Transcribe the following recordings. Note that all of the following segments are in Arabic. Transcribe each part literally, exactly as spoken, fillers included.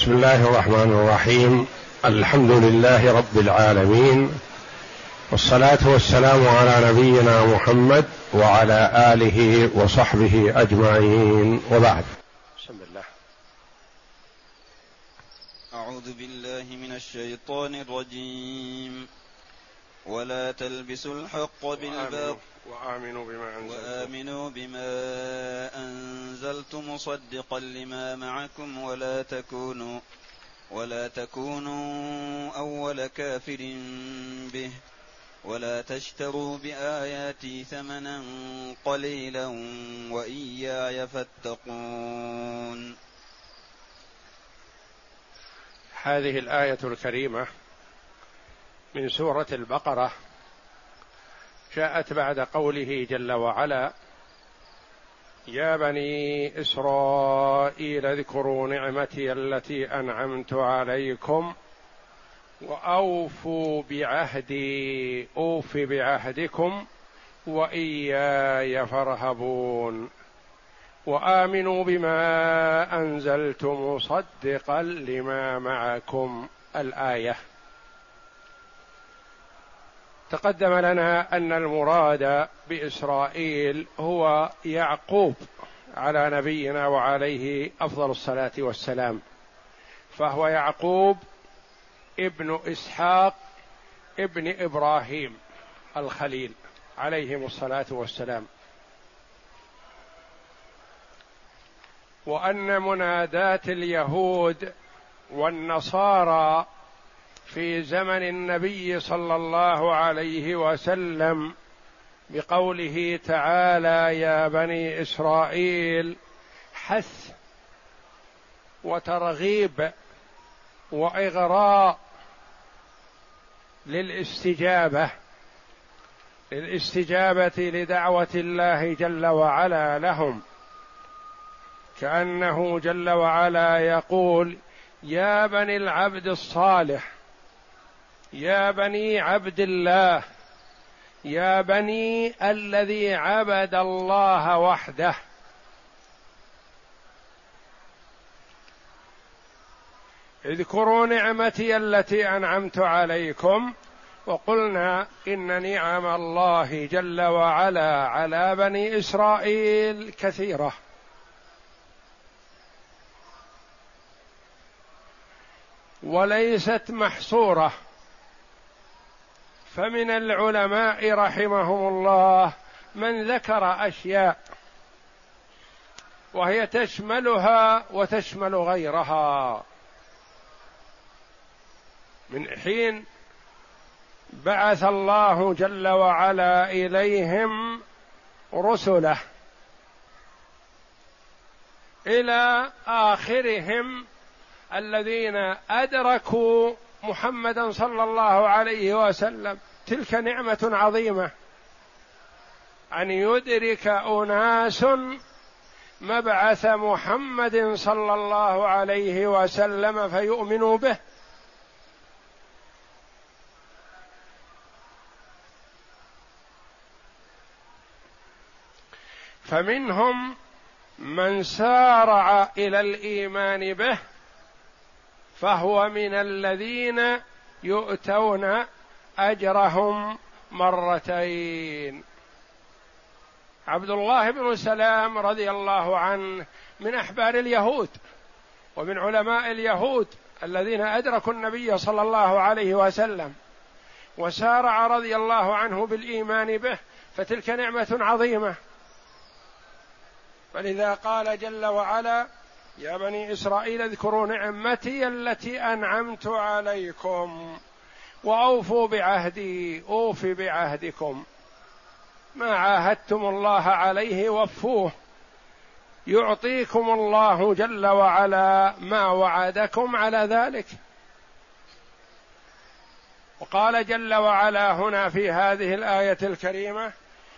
بسم الله الرحمن الرحيم. الحمد لله رب العالمين، والصلاة والسلام على نبينا محمد وعلى آله وصحبه أجمعين، وبعد. بسم الله. أعوذ بالله من الشيطان الرجيم. ولا تلبسوا الحق بالباطل وآمنوا بما أنزلت, وآمنوا بما أنزلت مصدقا لما معكم ولا تكونوا ولا تكونوا أول كافر به ولا تشتروا بآياتي ثمنا قليلا وإياي فاتقون. هذه الآية الكريمة من سورة البقرة جاءت بعد قوله جل وعلا: يا بني إسرائيل اذكروا نعمتي التي أنعمت عليكم وأوفوا بعهدي أوف بعهدكم وإياي فارهبون وآمنوا بما أنزلت مصدقا لما معكم. الآية. تقدم لنا أن المراد بإسرائيل هو يعقوب على نبينا وعليه أفضل الصلاة والسلام، فهو يعقوب ابن إسحاق ابن إبراهيم الخليل عليهم الصلاة والسلام. وأن منادات اليهود والنصارى في زمن النبي صلى الله عليه وسلم بقوله تعالى: يا بني إسرائيل، حث وترغيب وإغراء للاستجابة للاستجابة لدعوة الله جل وعلا لهم، كأنه جل وعلا يقول: يا بني العبد الصالح، يا بني عبد الله، يا بني الذي عبد الله وحده. اذكروا نعمتي التي أنعمت عليكم. وقلنا إن نعم الله جل وعلا على بني إسرائيل كثيرة، وليست محصورة. فمن العلماء رحمهم الله من ذكر أشياء وهي تشملها وتشمل غيرها، من حين بعث الله جل وعلا إليهم رسله إلى آخرهم الذين أدركوا محمدا صلى الله عليه وسلم. تلك نعمة عظيمة أن يدرك أناس مبعث محمد صلى الله عليه وسلم فيؤمنوا به. فمنهم من سارع إلى الإيمان به، فهو من الذين يؤتون أجرهم مرتين. عبد الله بن سلام رضي الله عنه من أحبار اليهود ومن علماء اليهود الذين أدركوا النبي صلى الله عليه وسلم، وسارع رضي الله عنه بالإيمان به، فتلك نعمة عظيمة. فلذا قال جل وعلا: يا بني إسرائيل اذكروا نعمتي التي أنعمت عليكم وأوفوا بعهدي أوف بعهدكم. ما عاهدتم الله عليه وفوه، يعطيكم الله جل وعلا ما وعدكم على ذلك. وقال جل وعلا هنا في هذه الآية الكريمة: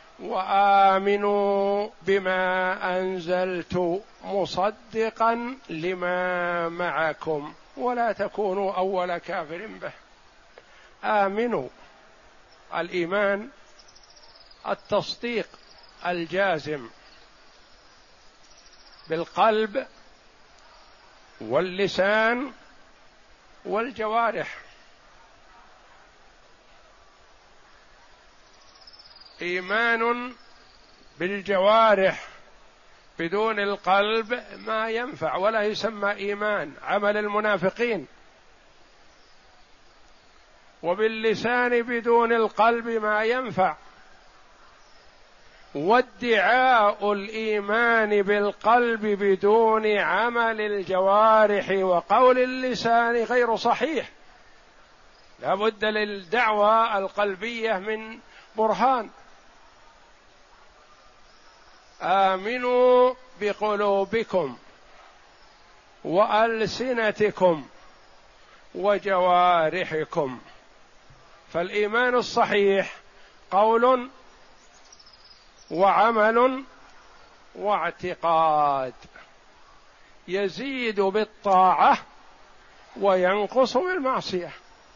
وآمنوا بما أنزلت مصدقا لما معكم ولا تكونوا أول كافر به. آمنوا، الإيمان التصديق الجازم بالقلب واللسان والجوارح. إيمان بالجوارح بدون القلب ما ينفع ولا يسمى إيمان، عمل المنافقين. وباللسان بدون القلب ما ينفع. وادعاء الإيمان بالقلب بدون عمل الجوارح وقول اللسان غير صحيح، لا بد للدعوة القلبية من برهان. آمنوا بقلوبكم وألسنتكم وجوارحكم. فالإيمان الصحيح قول وعمل واعتقاد، يزيد بالطاعة وينقص بالمعصية.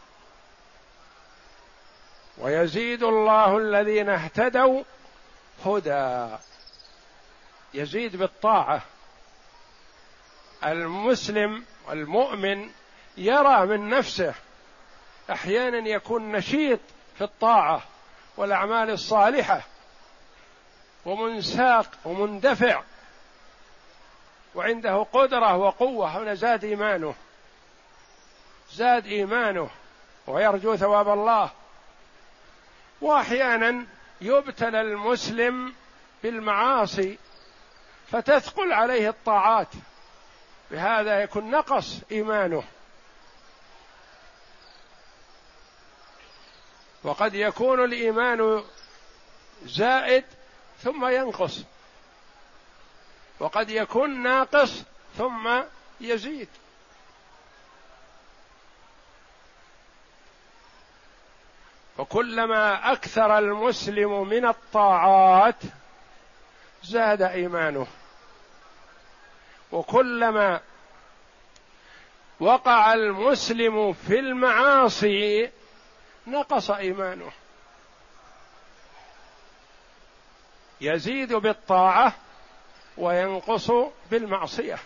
ويزيد الله الذين اهتدوا هدى، يزيد بالطاعة. المسلم المؤمن يرى من نفسه أحيانا يكون نشيط في الطاعة والأعمال الصالحة ومنساق ومندفع وعنده قدرة وقوة، هنا زاد إيمانه زاد إيمانه ويرجو ثواب الله. وأحيانا يبتلى المسلم بالمعاصي فتثقل عليه الطاعات، بهذا يكون نقص إيمانه. وقد يكون الإيمان زائد ثم ينقص، وقد يكون ناقص ثم يزيد. وكلما أكثر المسلم من الطاعات زاد إيمانه، وكلما وقع المسلم في المعاصي نقص إيمانه. يزيد بالطاعة وينقص بالمعصية.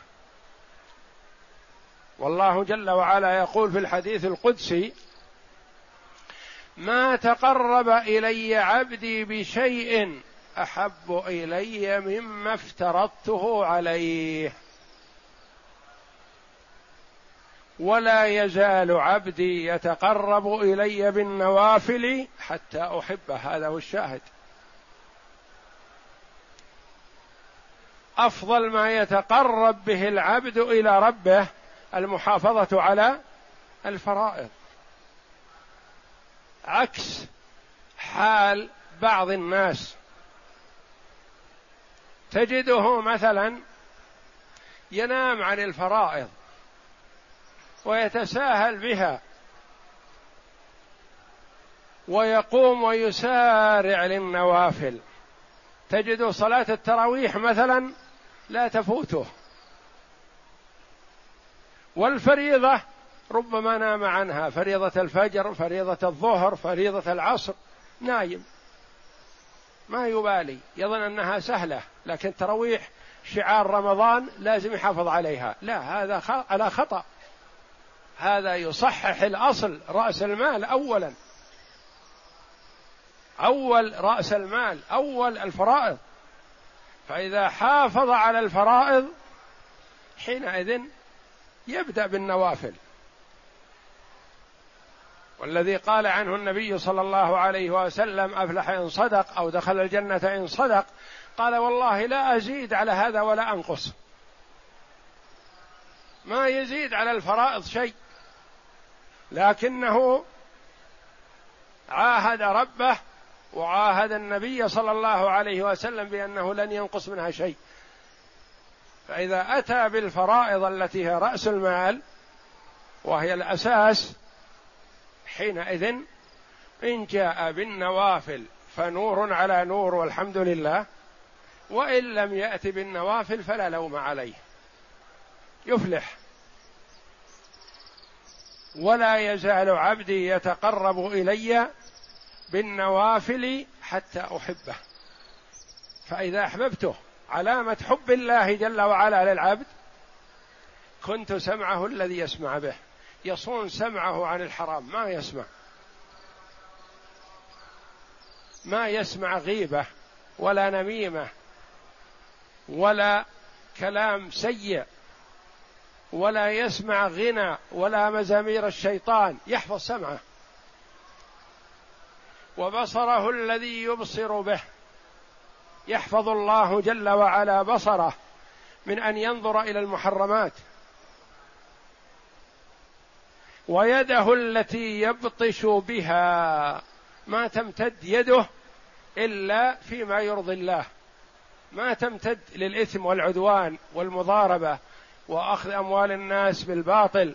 والله جل وعلا يقول في الحديث القدسي: ما تقرب إلي عبدي بشيء أحب إلي مما افترضته عليه، ولا يزال عبدي يتقرب إلي بالنوافل حتى أحبه. هذا هو الشاهد. أفضل ما يتقرب به العبد إلى ربه المحافظة على الفرائض، عكس حال بعض الناس. تجده مثلا ينام عن الفرائض ويتساهل بها ويقوم ويسارع للنوافل. تجد صلاة التراويح مثلا لا تفوته، والفريضة ربما نام عنها، فريضة الفجر، فريضة الظهر، فريضة العصر، نايم ما يبالي، يظن أنها سهلة، لكن تراويح شعار رمضان لازم يحافظ عليها. لا، هذا على خطأ. هذا يصحح الأصل، رأس المال أولا، أول رأس المال، أول الفرائض. فإذا حافظ على الفرائض حينئذ يبدأ بالنوافل. والذي قال عنه النبي صلى الله عليه وسلم: أفلح إن صدق أو دخل الجنة إن صدق، قال: والله لا أزيد على هذا ولا أنقص. ما يزيد على الفرائض شيء، لكنه عاهد ربه وعاهد النبي صلى الله عليه وسلم بأنه لن ينقص منها شيء. فإذا أتى بالفرائض التي هي رأس المال وهي الأساس، حينئذ إن جاء بالنوافل فنور على نور والحمد لله، وإن لم يأت بالنوافل فلا لوم عليه، يفلح. ولا يزال عبدي يتقرب إلي بالنوافل حتى أحبه. فإذا أحببته، علامة حب الله جل وعلا للعبد كنت سمعه الذي يسمع به، يصون سمعه عن الحرام، ما يسمع ما يسمع غيبة ولا نميمة ولا كلام سيء، ولا يسمع غنى ولا مزامير الشيطان، يحفظ سمعه. وبصره الذي يبصر به، يحفظ الله جل وعلا بصره من أن ينظر إلى المحرمات. ويده التي يبطش بها، ما تمتد يده إلا فيما يرضي الله، ما تمتد للإثم والعدوان والمضاربة وأخذ أموال الناس بالباطل،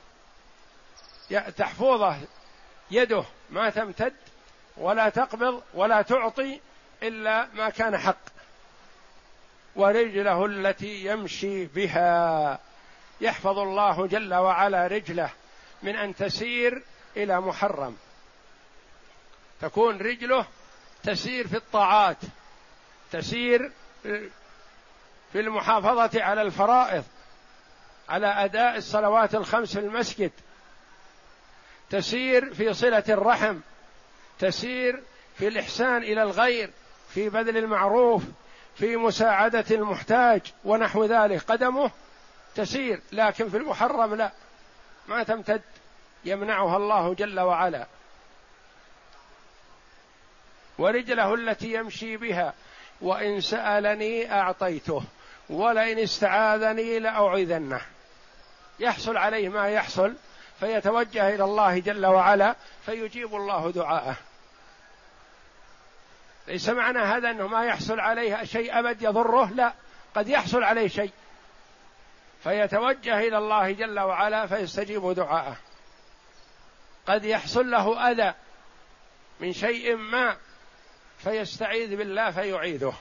تحفظه يده، ما تمتد ولا تقبض ولا تعطي إلا ما كان حق. ورجله التي يمشي بها، يحفظ الله جل وعلا رجله من أن تسير إلى محرم، تكون رجله تسير في الطاعات، تسير في المحافظة على الفرائض، على أداء الصلوات الخمس في المسجد، تسير في صلة الرحم، تسير في الإحسان إلى الغير، في بذل المعروف، في مساعدة المحتاج ونحو ذلك. قدمه تسير، لكن في المحرم لا، ما تمتد، يمنعها الله جل وعلا. ورجله التي يمشي بها، وإن سألني أعطيته ولئن استعاذني لأعيذنه. يحصل عليه ما يحصل فيتوجه إلى الله جل وعلا فيجيب الله دعاءه. ليس معنى هذا أنه ما يحصل عليه شيء أبد يضره، لا، قد يحصل عليه شيء فيتوجه إلى الله جل وعلا فيستجيب دعاءه. قد يحصل له أذى من شيء ما فيستعيذ بالله فيعيذه.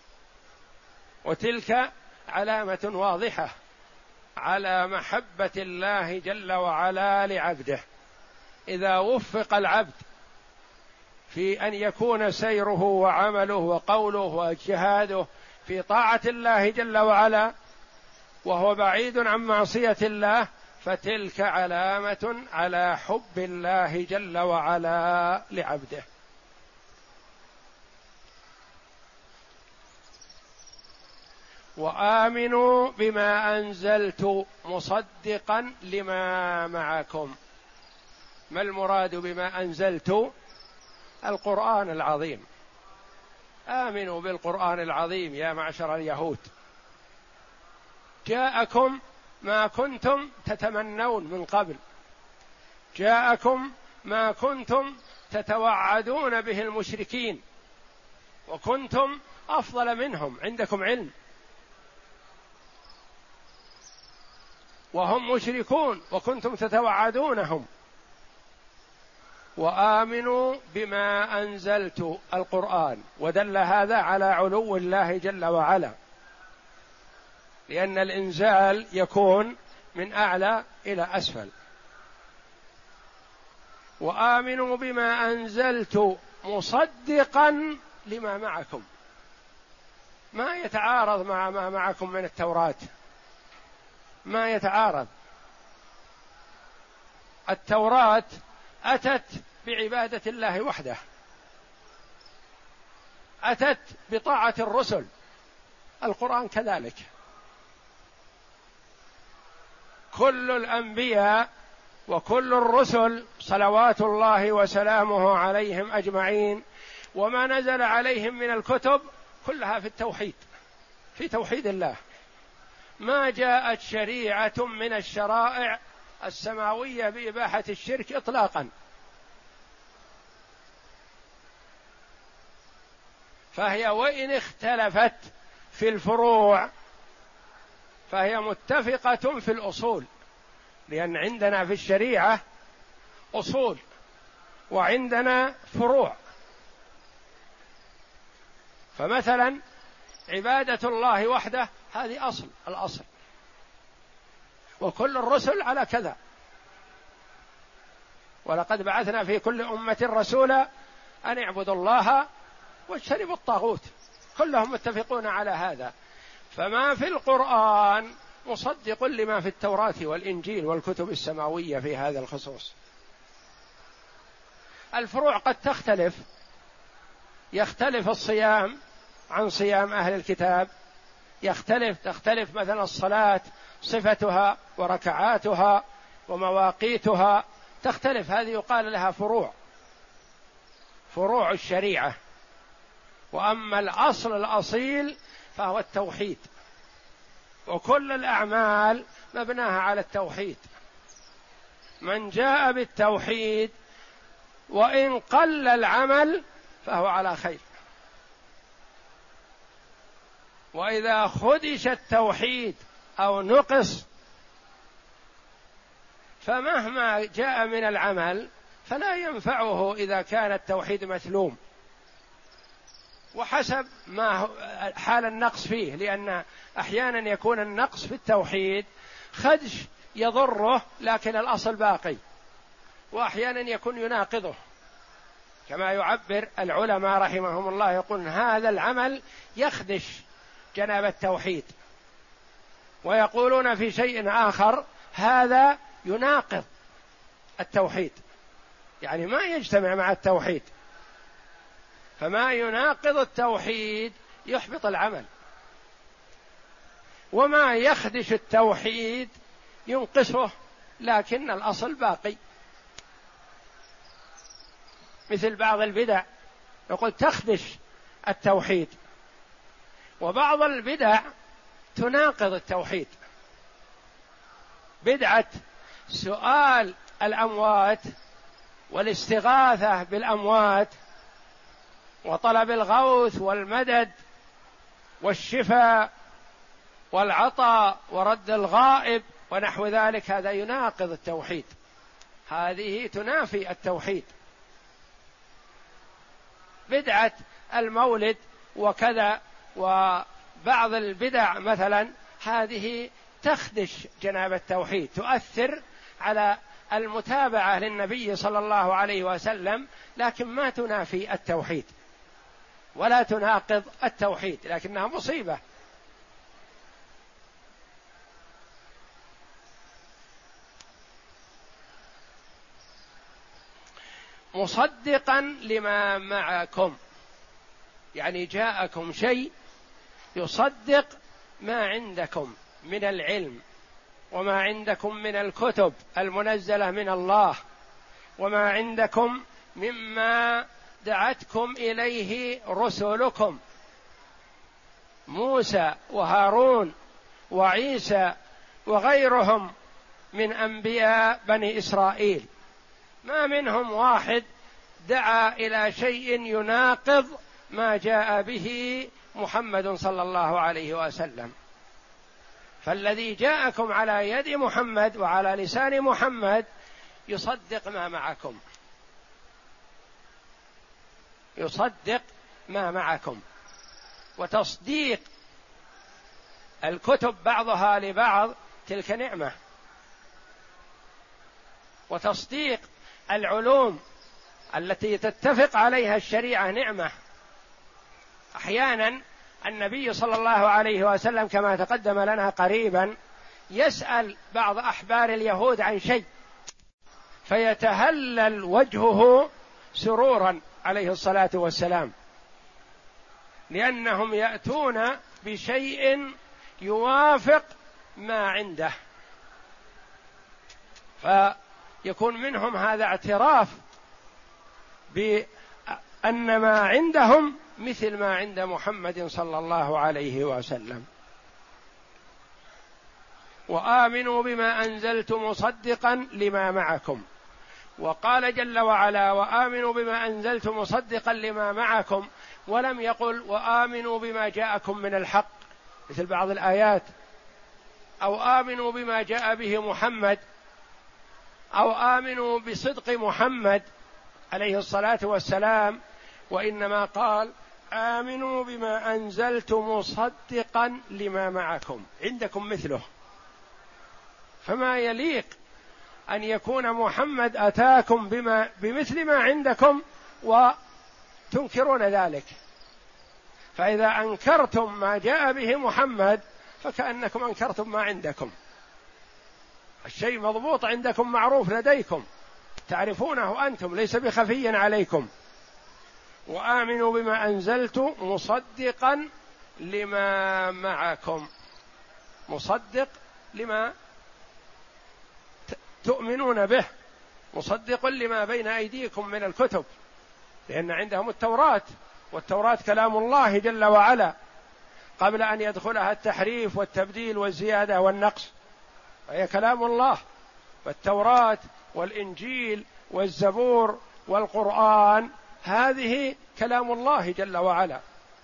وتلك علامة واضحة على محبة الله جل وعلا لعبده. إذا وفق العبد في أن يكون سيره وعمله وقوله واجتهاده في طاعة الله جل وعلا وهو بعيد عن معصية الله، فتلك علامة على حب الله جل وعلا لعبده. وآمنوا بما أنزلت مصدقا لما معكم. ما المراد بما أنزلت؟ القرآن العظيم. آمنوا بالقرآن العظيم يا معشر اليهود، جاءكم ما كنتم تتمنون من قبل، جاءكم ما كنتم تتوعدون به المشركين، وكنتم أفضل منهم، عندكم علم، وهم مشركون وكنتم تتوعدونهم. وآمنوا بما أنزلت القرآن، ودل هذا على علو الله جل وعلا، لأن الإنزال يكون من أعلى إلى أسفل. وآمنوا بما أنزلت مصدقا لما معكم، ما يتعارض مع ما معكم من التوراة، ما يتعارض. التوراة أتت بعبادة الله وحده، أتت بطاعة الرسل، القرآن كذلك. كل الأنبياء وكل الرسل صلوات الله وسلامه عليهم أجمعين وما نزل عليهم من الكتب كلها في التوحيد، في توحيد الله. ما جاءت شريعة من الشرائع السماوية بإباحة الشرك إطلاقا، فهي وإن اختلفت في الفروع فهي متفقة في الأصول، لأن عندنا في الشريعة أصول وعندنا فروع. فمثلا عبادة الله وحده هذه أصل الأصل، وكل الرسل على كذا. ولقد بعثنا في كل أمة رسولا أن اعبدوا الله واجتنبوا الطاغوت، كلهم متفقون على هذا. فما في القرآن مصدق لما في التوراة والإنجيل والكتب السماوية في هذا الخصوص. الفروع قد تختلف، يختلف الصيام عن صيام أهل الكتاب، يختلف تختلف مثلا الصلاة صفتها وركعاتها ومواقيتها تختلف، هذه يقال لها فروع، فروع الشريعة. وأما الأصل الأصيل فهو التوحيد، وكل الأعمال مبناها على التوحيد. من جاء بالتوحيد وإن قل العمل فهو على خير، وإذا خدش التوحيد أو نقص فمهما جاء من العمل فلا ينفعه إذا كان التوحيد مثلوم، وحسب ما حال النقص فيه، لأن أحيانا يكون النقص في التوحيد خدش يضره لكن الأصل باقي، وأحيانا يكون يناقضه، كما يعبر العلماء رحمهم الله يقول هذا العمل يخدش جناب التوحيد، ويقولون في شيء آخر هذا يناقض التوحيد، يعني ما يجتمع مع التوحيد، فما يناقض التوحيد يحبط العمل، وما يخدش التوحيد ينقصه لكن الأصل باقي. مثل بعض البدع يقول تخدش التوحيد، وبعض البدع تناقض التوحيد، بدعة سؤال الأموات والاستغاثة بالأموات وطلب الغوث والمدد والشفاء والعطاء ورد الغائب ونحو ذلك، هذا يناقض التوحيد، هذه تنافي التوحيد. بدعة المولد وكذا وبعض البدع مثلا هذه تخدش جناب التوحيد، تؤثر على المتابعة للنبي صلى الله عليه وسلم، لكن ما تنافي التوحيد ولا تناقض التوحيد، لكنها مصيبة. مصدقا لما معكم، يعني جاءكم شيء يصدق ما عندكم من العلم وما عندكم من الكتب المنزلة من الله وما عندكم مما دعتكم إليه رسلكم موسى وهارون وعيسى وغيرهم من أنبياء بني إسرائيل، ما منهم واحد دعا إلى شيء يناقض ما جاء به محمد صلى الله عليه وسلم. فالذي جاءكم على يد محمد وعلى لسان محمد يصدق ما معكم، يصدق ما معكم. وتصديق الكتب بعضها لبعض تلك نعمة، وتصديق العلوم التي تتفق عليها الشريعة نعمة. أحيانا النبي صلى الله عليه وسلم كما تقدم لنا قريبا يسأل بعض أحبار اليهود عن شيء فيتهلل وجهه سرورا عليه الصلاة والسلام، لأنهم يأتون بشيء يوافق ما عنده، فيكون منهم هذا اعتراف بأن ما عندهم مثل ما عند محمد صلى الله عليه وسلم. وآمنوا بما أنزلت مصدقا لما معكم، وقال جل وعلا وآمنوا بما أنزلت مصدقا لما معكم، ولم يقل وآمنوا بما جاءكم من الحق مثل بعض الآيات، أو آمنوا بما جاء به محمد، أو آمنوا بصدق محمد عليه الصلاة والسلام، وإنما قال آمنوا بما أنزلت مصدقا لما معكم، عندكم مثله. فما يليق أن يكون محمد أتاكم بما بمثل ما عندكم وتنكرون ذلك، فإذا أنكرتم ما جاء به محمد فكأنكم أنكرتم ما عندكم. الشيء مضبوط عندكم، معروف لديكم، تعرفونه أنتم، ليس بخفي عليكم. وآمنوا بما أنزلت مصدقا لما معكم، مصدق لما تؤمنون به، مصدق لما بين أيديكم من الكتب، لأن عندهم التوراة، والتوراة كلام الله جل وعلا قبل أن يدخلها التحريف والتبديل والزيادة والنقص، وهي كلام الله. فالتوراة والإنجيل والزبور والقرآن هذه كلام الله جل وعلا،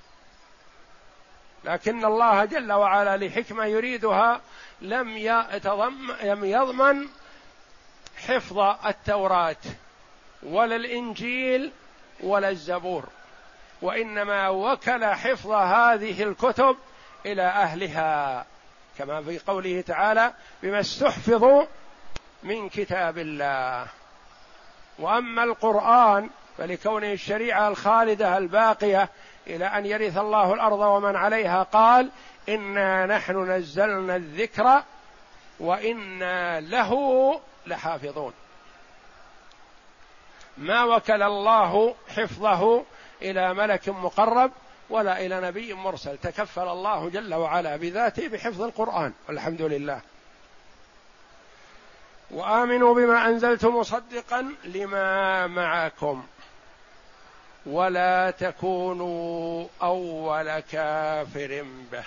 لكن الله جل وعلا لحكمة يريدها لم يضمن حفظ التوراة ولا الإنجيل ولا الزبور، وإنما وكل حفظ هذه الكتب إلى أهلها، كما في قوله تعالى: بما استحفظوا من كتاب الله. وأما القرآن فلكونه الشريعة الخالدة الباقية إلى أن يرث الله الأرض ومن عليها، قال: إنا نحن نزلنا الذكر وإنا له لحافظون. ما وكل الله حفظه إلى ملك مقرب ولا إلى نبي مرسل، تكفل الله جل وعلا بذاته بحفظ القرآن، والحمد لله. وآمنوا بما أنزلت مصدقا لما معكم ولا تكونوا أول كافر به.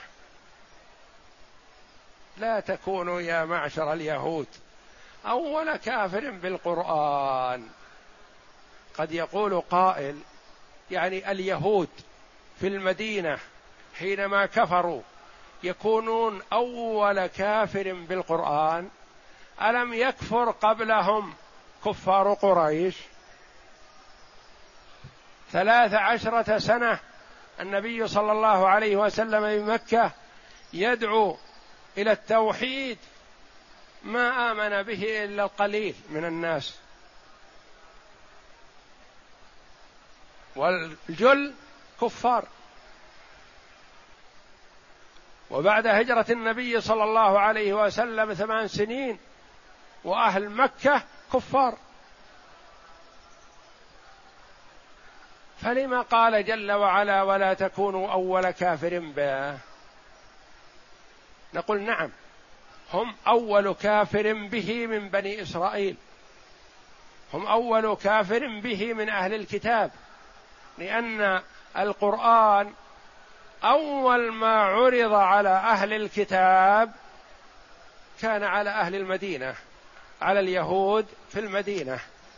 لا تكونوا يا معشر اليهود أول كافر بالقرآن. قد يقول قائل: يعني اليهود في المدينة حينما كفروا يكونون أول كافر بالقرآن؟ ألم يكفر قبلهم كفار قريش؟ ثلاث عشرة سنة النبي صلى الله عليه وسلم بمكة يدعو إلى التوحيد، ما آمن به إلا القليل من الناس، والجل كفار. وبعد هجرة النبي صلى الله عليه وسلم ثمان سنين وأهل مكة كفار، فلما قال جل وعلا: ولا تكونوا أول كافر به؟ نقول: نعم، هم أول كافر به من بني إسرائيل، هم أول كافر به من أهل الكتاب، لأن القرآن أول ما عرض على أهل الكتاب كان على أهل المدينة، على اليهود في المدينة،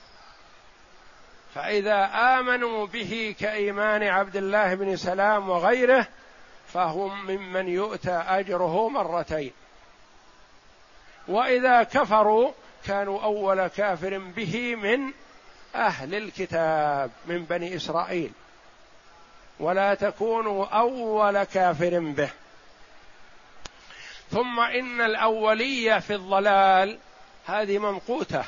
فإذا آمنوا به كإيمان عبد الله بن سلام وغيره فهم ممن يؤتى أجره مرتين، وإذا كفروا كانوا أول كافر به من أهل الكتاب من بني إسرائيل. ولا تكونوا أول كافر به. ثم إن الأولية في الضلال هذه ممقوتة.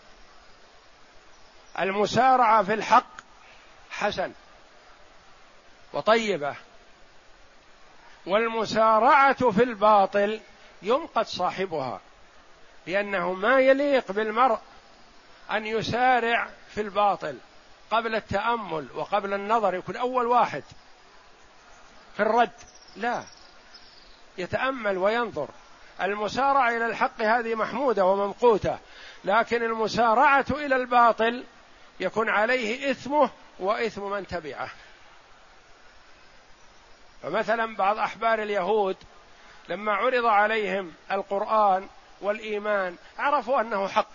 المسارعة في الحق حسن وطيبة، والمسارعة في الباطل يمقت صاحبها، لأنه ما يليق بالمرء أن يسارع في الباطل قبل التأمل وقبل النظر، يكون أول واحد في الرد، لا، يتأمل وينظر. المسارعة إلى الحق هذه محمودة وممقوتة، لكن المسارعة إلى الباطل يكون عليه إثمه وإثم من تبعه. فمثلا بعض أحبار اليهود لما عرض عليهم القرآن والإيمان عرفوا أنه حق،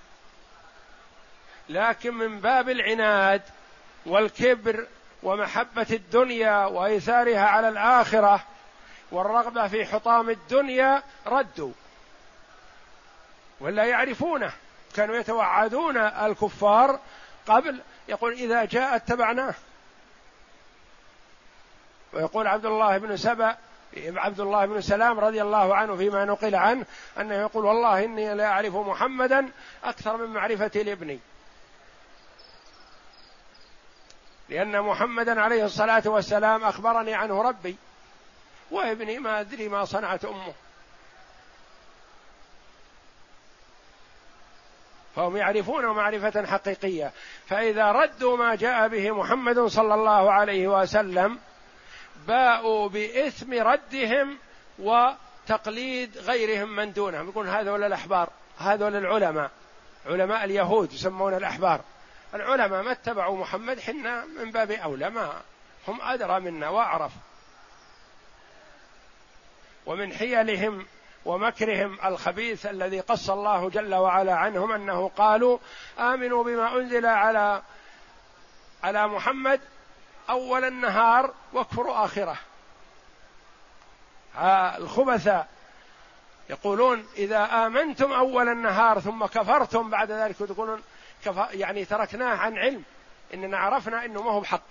لكن من باب العناد والكبر ومحبة الدنيا وإيثارها على الآخرة والرغبة في حطام الدنيا ردوا، ولا يعرفونه. كانوا يتوعدون الكفار قبل، يقول: إذا جاء اتبعناه. ويقول عبد الله بن سبأ عبد الله بن سلام رضي الله عنه فيما نقل عنه أنه يقول: والله إني لا أعرف محمدا أكثر من معرفتي لابني، لأن محمدا عليه الصلاة والسلام أخبرني عنه ربي، وابني ما أدري ما صنعت أمه. فهم يعرفونه معرفة حقيقية. فإذا ردوا ما جاء به محمد صلى الله عليه وسلم باءوا بإثم ردهم وتقليد غيرهم من دونهم. يقول هذول الأحبار، هذول العلماء، علماء اليهود يسمون الأحبار، العلماء ما اتبعوا محمد، حنا من باب أولى، ما هم أدرى منا وأعرف. ومن حيلهم ومكرهم الخبيث الذي قص الله جل وعلا عنهم أنه قالوا آمنوا بما أنزل على على محمد أول النهار واكفروا آخره. الخبثاء يقولون إذا آمنتم أول النهار ثم كفرتم بعد ذلك تقولون يعني تركناه عن علم، إننا عرفنا إنه ما هو بحق.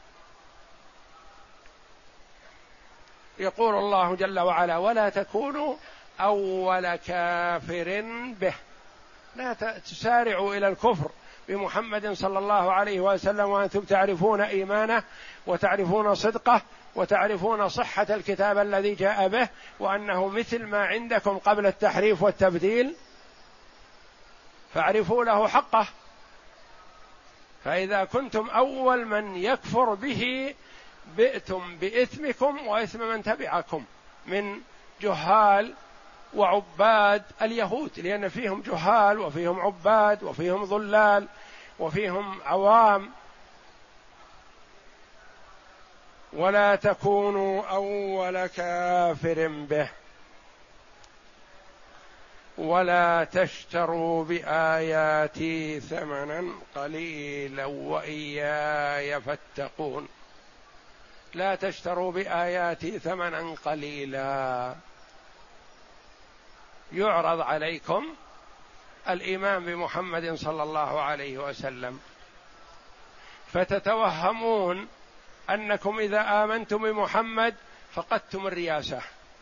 يقول الله جل وعلا ولا تكونوا أول كافر به، لا تسارعوا إلى الكفر بمحمد صلى الله عليه وسلم وأنتم تعرفون إيمانه وتعرفون صدقه وتعرفون صحة الكتاب الذي جاء به وأنه مثل ما عندكم قبل التحريف والتبديل، فاعرفوا له حقه. فإذا كنتم أول من يكفر به بئتم بإثمكم وإثم من تبعكم من جهال وعباد اليهود، لأن فيهم جهال وفيهم عباد وفيهم ضلال وفيهم عوام. ولا تكونوا أول كافر به ولا تشتروا بآياتي ثمنا قليلا وإياي فاتقون. لا تشتروا بآياتي ثمنا قليلا. يعرض عليكم الإيمان بمحمد صلى الله عليه وسلم فتتوهمون أنكم إذا آمنتم بمحمد فقدتم الرياسة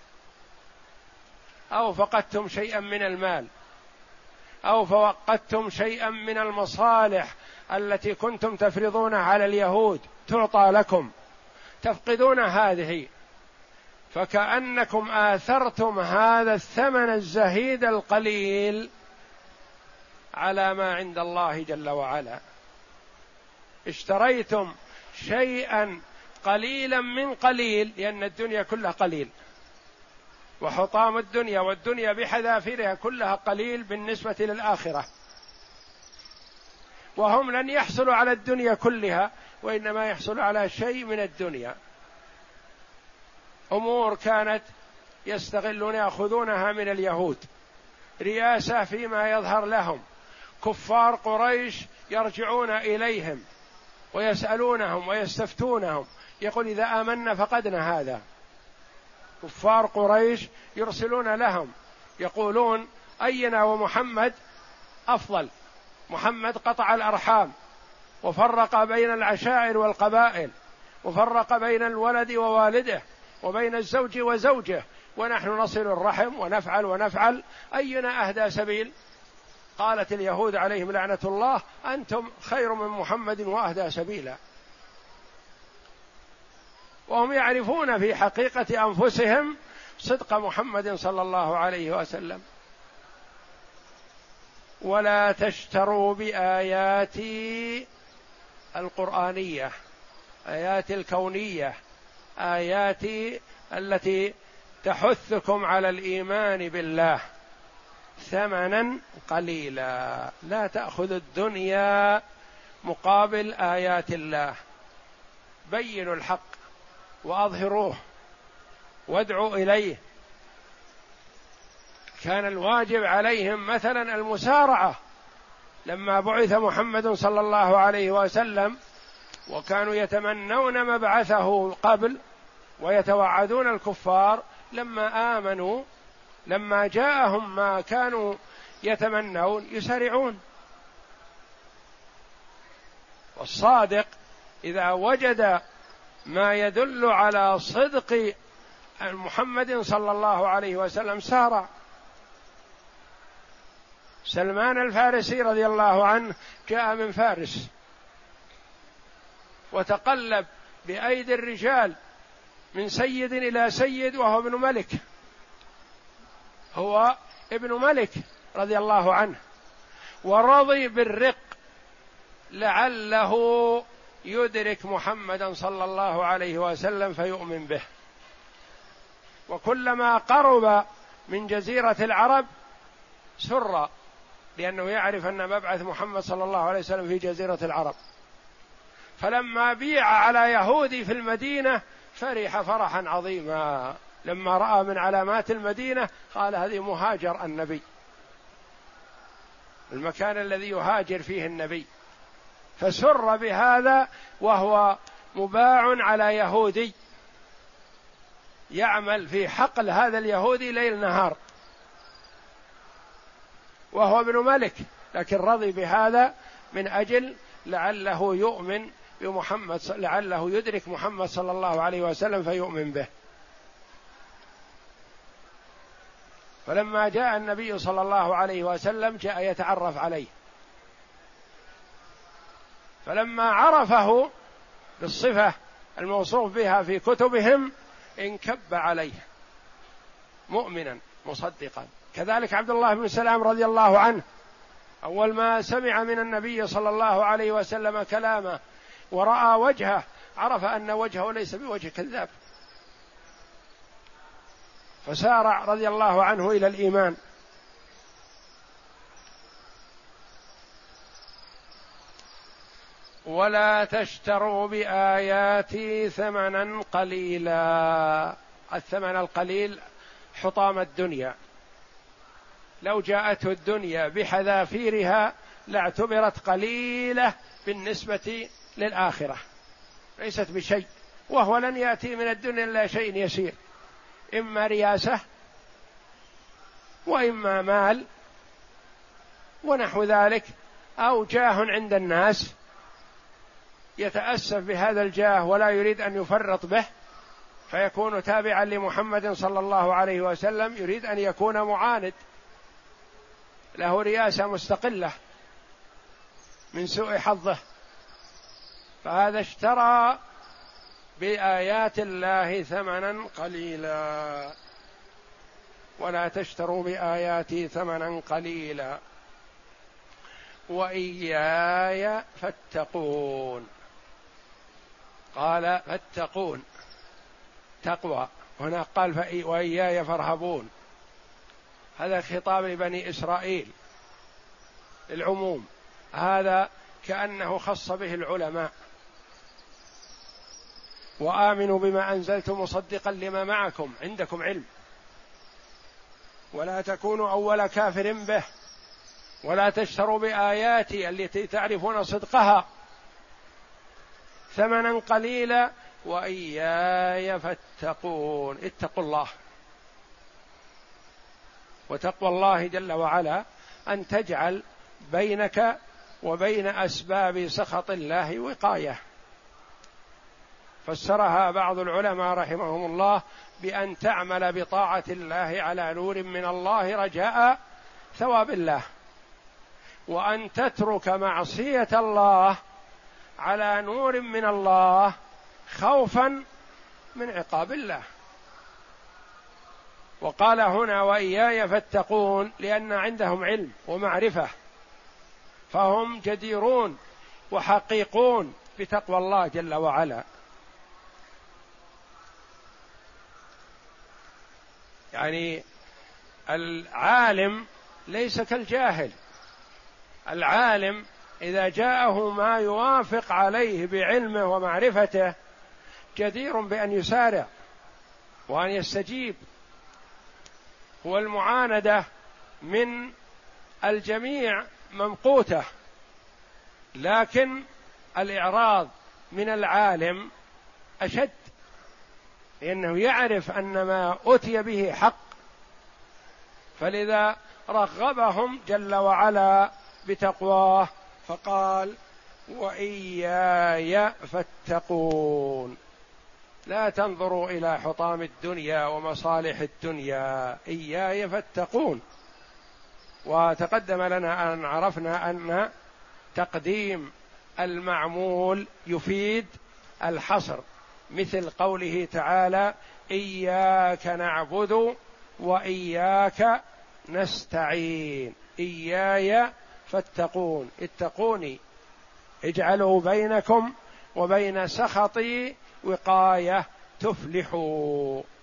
أو فقدتم شيئا من المال أو فقدتم شيئا من المصالح التي كنتم تفرضونها على اليهود تعطى لكم، تفقدون هذه، فكأنكم آثرتم هذا الثمن الزهيد القليل على ما عند الله جل وعلا. اشتريتم شيئا قليلا من قليل، لأن الدنيا كلها قليل، وحطام الدنيا والدنيا بحذافيرها كلها قليل بالنسبة للآخرة، وهم لن يحصلوا على الدنيا كلها وإنما يحصلوا على شيء من الدنيا. أمور كانت يستغلون يأخذونها من اليهود، رياسة فيما يظهر لهم، كفار قريش يرجعون إليهم ويسألونهم ويستفتونهم، يقول إذا آمنا فقدنا هذا. كفار قريش يرسلون لهم يقولون أينا ومحمد أفضل، محمد قطع الأرحام وفرق بين العشائر والقبائل وفرق بين الولد ووالده وبين الزوج وزوجه، ونحن نصل الرحم ونفعل ونفعل، أينا أهدى سبيل؟ قالت اليهود عليهم لعنة الله أنتم خير من محمد وأهدى سبيلا. وهم يعرفون في حقيقة أنفسهم صدق محمد صلى الله عليه وسلم. ولا تشتروا بآياتي القرآنية، آيات الكونية، آياتي التي تحثكم على الإيمان بالله ثمنا قليلا. لا تأخذوا الدنيا مقابل آيات الله، بينوا الحق وأظهروه وادعوا إليه. كان الواجب عليهم مثلا المسارعة لما بعث محمد صلى الله عليه وسلم، وكانوا يتمنون مبعثه قبل ويتوعدون الكفار لما آمنوا، لما جاءهم ما كانوا يتمنون يسارعون. والصادق إذا وجد ما يدل على صدق محمد صلى الله عليه وسلم سارع. سلمان الفارسي رضي الله عنه جاء من فارس وتقلب بأيدي الرجال من سيد إلى سيد وهو ابن ملك، هو ابن ملك رضي الله عنه، ورضي بالرق لعله يدرك محمدا صلى الله عليه وسلم فيؤمن به. وكلما قرب من جزيرة العرب سر، لأنه يعرف أن مبعث محمد صلى الله عليه وسلم في جزيرة العرب. فلما بيع على يهودي في المدينة فرح فرحا عظيما، لما رأى من علامات المدينة قال هذه مهاجر النبي، المكان الذي يهاجر فيه النبي، فسر بهذا، وهو مباع على يهودي يعمل في حقل هذا اليهودي ليل نهار، وهو ابن ملك، لكن رضي بهذا من أجل لعله يؤمن بمحمد، لعله يدرك محمد صلى الله عليه وسلم فيؤمن به. فلما جاء النبي صلى الله عليه وسلم جاء يتعرف عليه، فلما عرفه بالصفة الموصوف بها في كتبهم انكب عليه مؤمنا مصدقا. كذلك عبد الله بن سلام رضي الله عنه أول ما سمع من النبي صلى الله عليه وسلم كلامه ورأى وجهه عرف أن وجهه ليس بوجه كذاب، فسارع رضي الله عنه إلى الإيمان. ولا تشتروا بآياتي ثمنا قليلا، الثمن القليل حطام الدنيا، لو جاءته الدنيا بحذافيرها لاعتبرت قليلة بالنسبة للآخرة، ليست بشيء، وهو لن يأتي من الدنيا إلا شيء يسير، إما رياسة وإما مال ونحو ذلك، أو جاه عند الناس يتأسف بهذا الجاه ولا يريد أن يفرط به فيكون تابعا لمحمد صلى الله عليه وسلم، يريد أن يكون معاند، له رياسة مستقلة من سوء حظه، فهذا اشترى بآيات الله ثمنا قليلا. ولا تشتروا بآياتي ثمنا قليلا وإياي فاتقون. قال فاتقون تقوى، هنا قال وإياي فارهبون، هذا خطاب لبني إسرائيل العموم، هذا كأنه خص به العلماء. وآمنوا بما أنزلت مصدقا لما معكم، عندكم علم، ولا تكونوا أول كافر به، ولا تشتروا بآياتي التي تعرفون صدقها ثمنا قليلا وإياي فاتقون، اتقوا الله. وتقوى الله جل وعلا أن تجعل بينك وبين أسباب سخط الله وقاية. فسرها بعض العلماء رحمهم الله بأن تعمل بطاعة الله على نور من الله رجاء ثواب الله، وأن تترك معصية الله على نور من الله خوفا من عقاب الله. وقال هنا وإياي فاتقون لأن عندهم علم ومعرفة، فهم جديرون وحقيقون بتقوى الله جل وعلا. يعني العالم ليس كالجاهل، العالم إذا جاءه ما يوافق عليه بعلمه ومعرفته جدير بأن يسارع وأن يستجيب. والمعاندة من الجميع ممقوتة، لكن الإعراض من العالم أشد، لأنه يعرف أن ما أتي به حق، فلذا رغبهم جل وعلا بتقواه فقال وإياي فاتقون. لا تنظروا إلى حطام الدنيا ومصالح الدنيا، إياي فاتقون. وتقدم لنا أن عرفنا أن تقديم المعمول يفيد الحصر، مثل قوله تعالى إياك نعبد وإياك نستعين، إياي فاتقون، اتقوني، اجعلوا بينكم وبين سخطي وقاية تفلحوا.